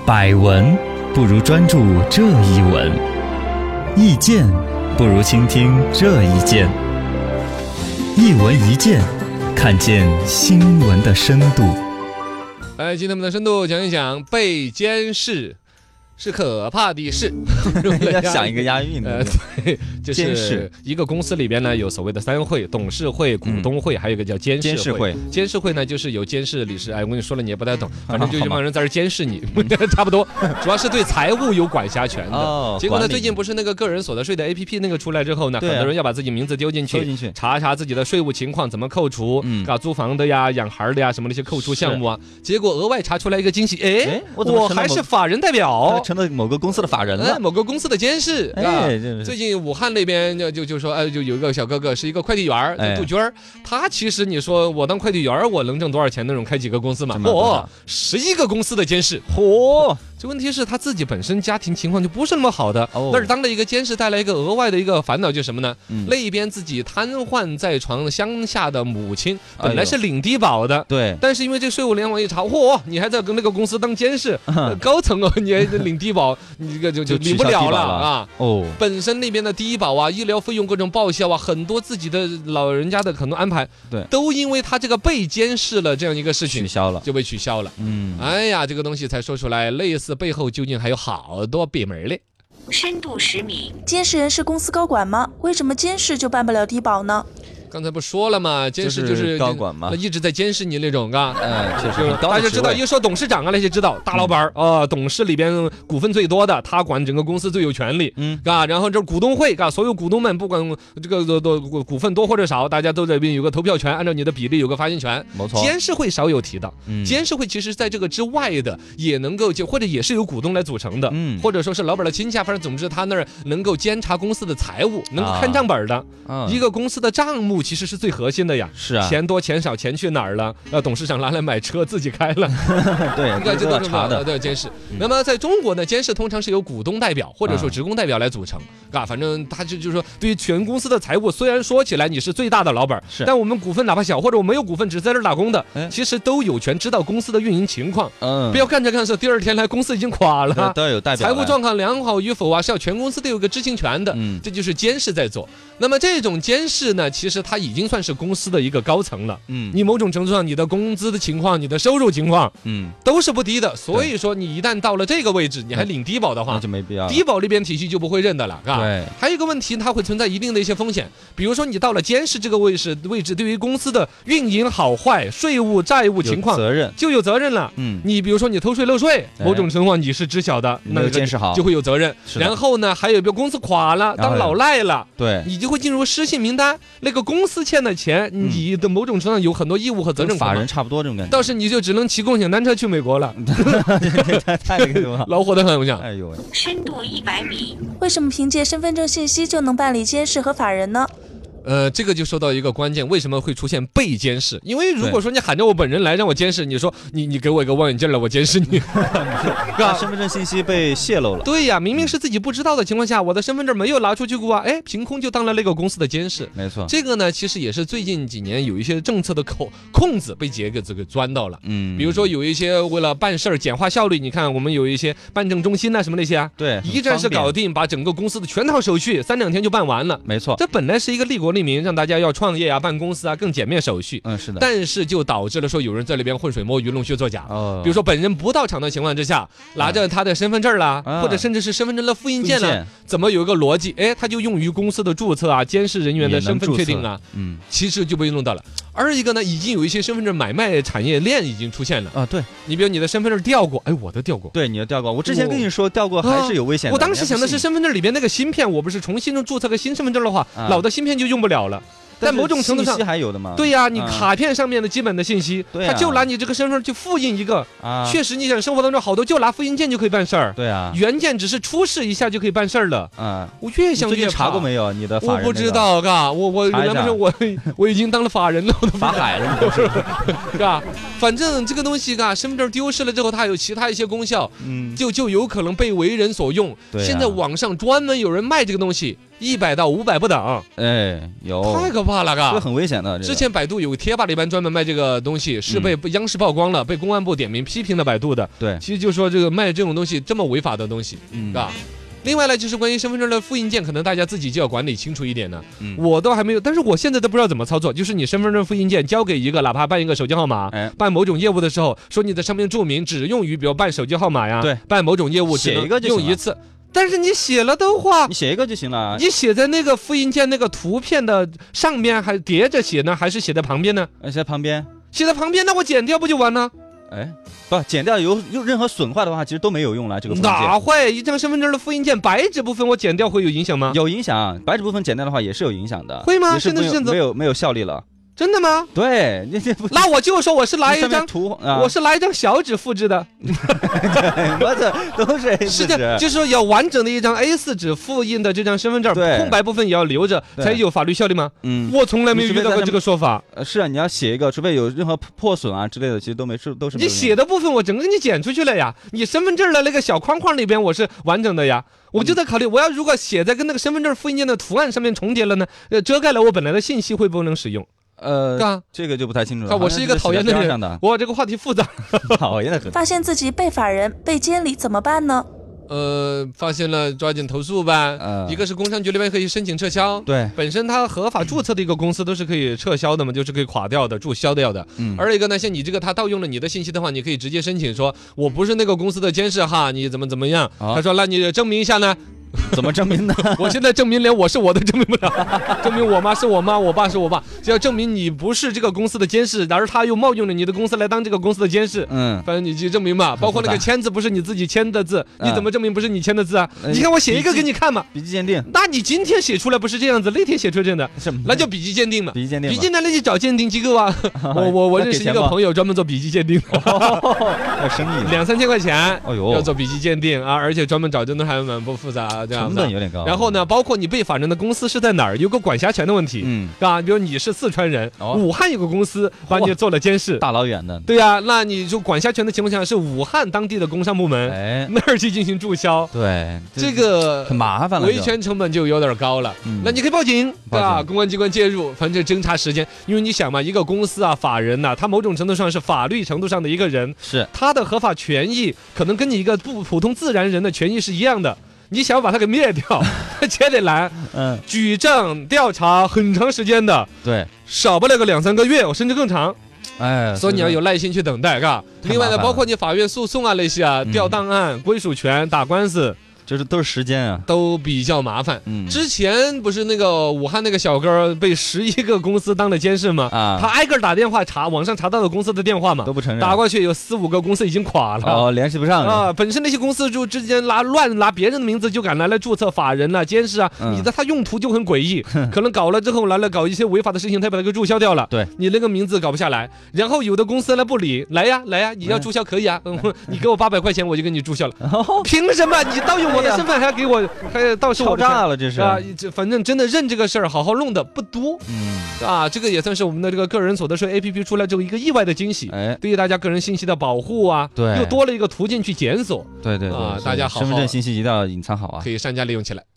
百闻不如专注这一闻，意见不如倾听这一见。一闻一见，看见新闻的深度。 来，今天我们的深度讲一讲被监视是可怕的事。 要想一个押韵的。 对，就是一个公司里边呢有所谓的三会：董事会、股东会，还有一个叫监事会。监事会呢就是有监事、理事。哎，我跟你说了，你也不太懂，反正就一帮人在这监视你，差不多。主要是对财务有管辖权的。结果呢，最近不是那个个人所得税的 APP 那个出来之后呢，很多人要把自己名字丢进去，查查自己的税务情况怎么扣除，租房的呀、养孩的呀什么那些扣除项目啊。结果额外查出来一个惊喜，哎，我还是法人代表。 成了某个公司的法人了， 某个公司的监事。最近武汉那边就说，就有一个小哥哥是一个快递员，杜鹃儿。他其实你说我当快递员，我能挣多少钱那种？开几个公司嘛？11个公司的监事，这问题是他自己本身家庭情况就不是那么好的，那儿当了一个监事，带来一个额外的一个烦恼，就是什么呢？那一边自己瘫痪在床乡下的母亲，本来是领低保的， 对， 但是因为这税务联网一查，你还在跟那个公司当监事，高层哦，你还领低保，你这个就领不了了啊！本身那边的低保啊、医疗费用各种报销啊，很多自己的老人家的很多安排， 对， 都因为他这个被监视了这样一个事情就被取消了。哎呀，这个东西才说出来，类似背后究竟还有好多别门嘞。 深度10米， 监事人是公司高管吗？为什么监事就办不了低保呢？ 刚才不说了吗？监事就是高管嘛， 一直在监视你那种， 确实， 大家知道，一说董事长啊，那些知道大老板董事里边股份最多的，他管整个公司最有权利，然后这股东会，所有股东们不管这个股份多或者少，大家都在这边有个投票权，按照你的比例有个发言权。 没错。 监事会少有提到，监事会其实在这个之外的也能够或者也是由股东来组成的，或者说是老板的亲戚，反正总之他那儿能够监察公司的财务，能够看账本的，一个公司的账目其实是最核心的呀， 是啊， 钱多钱少，钱去哪儿了？董事长拿来买车自己开了， 对，这都查的， 对，监事。那么在中国呢，监事通常是由股东代表或者说职工代表来组成，反正他就是说，对于全公司的财务，虽然说起来你是最大的老板，但我们股份哪怕小，或者我没有股份，只在这打工的，其实都有权知道公司的运营情况。不要干着干着，第二天来公司已经垮了， 都要有代表， 财务状况良好与否啊，是要全公司都有个知情权的。这就是监事在做。那么这种监事呢，其实他已经算是公司的一个高层了。你某种程度上，你的工资的情况，你的收入情况，都是不低的。所以说，你一旦到了这个位置，你还领低保的话， 那就没必要。 低保那边体系就不会认的了， 对。 还有一个问题，它会存在一定的一些风险，比如说你到了监事这个位置，对于公司的运营好坏、税务、债务情况，就有责任了。你比如说你偷税漏税，某种情况你是知晓的， 那个监事好就会有责任。然后呢，还有比如公司垮了，当老赖了， 对， 你就会进入失信名单。那个公司欠的钱，你的某种程度上有很多义务和责任。 法人差不多这种感觉。 到时你就只能骑共享单车去美国了， 太那个了， 恼火的很，我想。 哎呦喂！ 深度100米， 为什么凭借身份证信息就能办理监事和法人呢？ 这个就说到一个关键，为什么会出现被监视？因为如果说你喊着我本人来让我监视，你说你给我一个望远镜来，我监视你， 身份证信息被泄露了。 对呀，明明是自己不知道的情况下，我的身份证没有拿出去过啊，凭空就当了那个公司的监事。 没错， 这个呢，其实也是最近几年有一些政策的空子被这个钻到了。比如说有一些为了办事儿简化效率，你看我们有一些办证中心啊什么那些啊， 对， 一站式搞定，把整个公司的全套手续3-2天就办完了。 没错， 这本来是一个利国利民，让大家要创业啊、办公司啊更简便手续。 是的。 但是就导致了说有人在那边浑水摸鱼、弄虚作假。比如说本人不到场的情况之下，拿着他的身份证啦，或者甚至是身份证的复印件啦，怎么有一个逻辑？他就用于公司的注册啊、监视人员的身份确定啊，其实就被弄到了。二一个呢，已经有一些身份证买卖产业链已经出现了。 对， 你比如你的身份证掉过，我的掉过， 对，你的掉过。我之前跟你说掉过还是有危险的。 我当时想的是身份证里边那个芯片，我不是重新注册个新身份证的话，老的芯片就用不了了。在某种程度上信息还有的吗？ 对呀，你卡片上面的基本的信息，他就拿你这个身份去复印一个。确实，你想生活当中好多就拿复印件就可以办事儿。 对啊， 原件只是出示一下就可以办事儿了。我越想越怕。 查过没有你的法人？ 我不知道，我原来不是我已经当了法人了，我都法海了，你是吧？反正这个东西身份证丢失了之后，它有其他一些功效，就有可能被为人所用。现在网上专门有人卖这个东西。 100到500不等。 哎，有太可怕了， 这个很危险的。 之前百度有贴吧里边专门卖这个东西，是被央视曝光了，被公安部点名批评了百度的。 对， 其实就说这个卖这种东西这么违法的东西，是吧？另外呢，就是关于身份证的复印件，可能大家自己就要管理清楚一点呢。我都还没有，但是我现在都不知道怎么操作。就是你身份证复印件交给一个，哪怕办一个手机号码，办某种业务的时候，说你在上面注明只用于比如办手机号码呀， 对， 办某种业务只能用一次。但是你写了的话， 你写一个就行了。 你写在那个复印件那个图片的上面，还叠着写呢，还是写在旁边呢？ 写在旁边， 写在旁边，那我剪掉不就完了？ 哎，不，剪掉有任何损坏的话，其实都没有用了。这个复印件哪会？一张身份证的复印件白纸部分我剪掉会有影响吗？ 有影响，白纸部分剪掉的话也是有影响的。 会吗？ 现在是没有效力了。 真的吗？ 对， 那我就说我是拿一张图， 我是拿一张小纸复制的， 我这都是 A4 纸， 是的，就是说要完整的一张 A4 纸复印的这张身份证，空白部分也要留着，才有法律效力吗？我从来没有遇到过这个说法。 是啊，你要写一个，除非有任何破损啊之类的，其实都是。 你写的部分我整个给你剪出去了呀，你身份证的那个小框框里边我是完整的呀。我就在考虑，我要如果写在跟那个身份证复印件的图案上面重叠了呢，遮盖了我本来的信息，会不能使用？ 这个就不太清楚了。 我是一个讨厌的人，我这个话题复杂， 讨厌的很。 发现自己被法人被监理怎么办呢？ 发现了抓紧投诉呗。一个是工商局那边可以申请撤销， 对， 本身它合法注册的一个公司都是可以撤销的嘛，就是可以垮掉的、注销掉的。而一个呢，像你这个他盗用了你的信息的话，你可以直接申请说，我不是那个公司的监事哈，你怎么样？他说，那你证明一下呢？ 怎么证明呢？ 我现在证明连我是我都证明不了，证明我妈是我妈，我爸是我爸，就要证明你不是这个公司的监事，而他又冒用了你的公司来当这个公司的监事。反正你去证明嘛，包括那个签字不是你自己签的字，你怎么证明不是你签的字啊？你看我写一个给你看嘛， 笔迹鉴定。 那你今天写出来不是这样子，那天写出来这样的，那叫笔迹鉴定嘛。 笔迹鉴定， 那你找鉴定机构啊。我认识一个朋友专门做笔迹鉴定， 生意 2-3千块钱， 呦， 要做笔迹鉴定啊，而且专门找，真的还蛮不复杂，这样成本有点高。 然后呢，包括你被法人的公司是在哪儿，有个管辖权的问题，啊，比如你是四川人，武汉有个公司帮你做了监事， 大老远的， 对呀，那你就管辖权的情况下是武汉当地的工商部门，那儿去进行注销， 对， 这个很麻烦了， 维权成本就有点高了。那你可以报警，啊，公安机关介入，反正侦查时间，因为你想嘛，一个公司啊，法人呐，他某种程度上是法律程度上的一个人， 是他的合法权益可能跟你一个普通自然人的权益是一样的。你想要把它给灭掉，且得难。举证调查很长时间的， 对， 少不了个2-3个月，甚至更长。所以你要有耐心去等待，嘎。另外呢，包括你法院诉讼啊那些啊，调档案、归属权、打官司。 就是都是时间啊， 都比较麻烦。之前不是那个武汉那个小哥被11个公司当了监事吗？他挨个打电话查，网上查到的公司的电话嘛， 都不承认。 打过去有4-5个公司已经垮了， 联系不上啊。本身那些公司就之间乱拿别人的名字就敢来注册法人啊、监事啊，你的他用途就很诡异，可能搞了之后来搞一些违法的事情，他把它给注销掉了。 对， 你那个名字搞不下来，然后有的公司呢不理，来呀，你要注销可以啊，你给我800块钱我就给你注销了。凭什么你盗用我的身份还要给我？还到时候敲诈了，这是啊！反正真的认这个事儿，好好弄的不多。这个也算是我们的这个个人所得税 APP 出来之后一个意外的惊喜。对于大家个人信息的保护啊， 对， 又多了一个途径去检索。 对， 大家好， 身份证信息一定要隐藏好啊， 可以善加利用起来。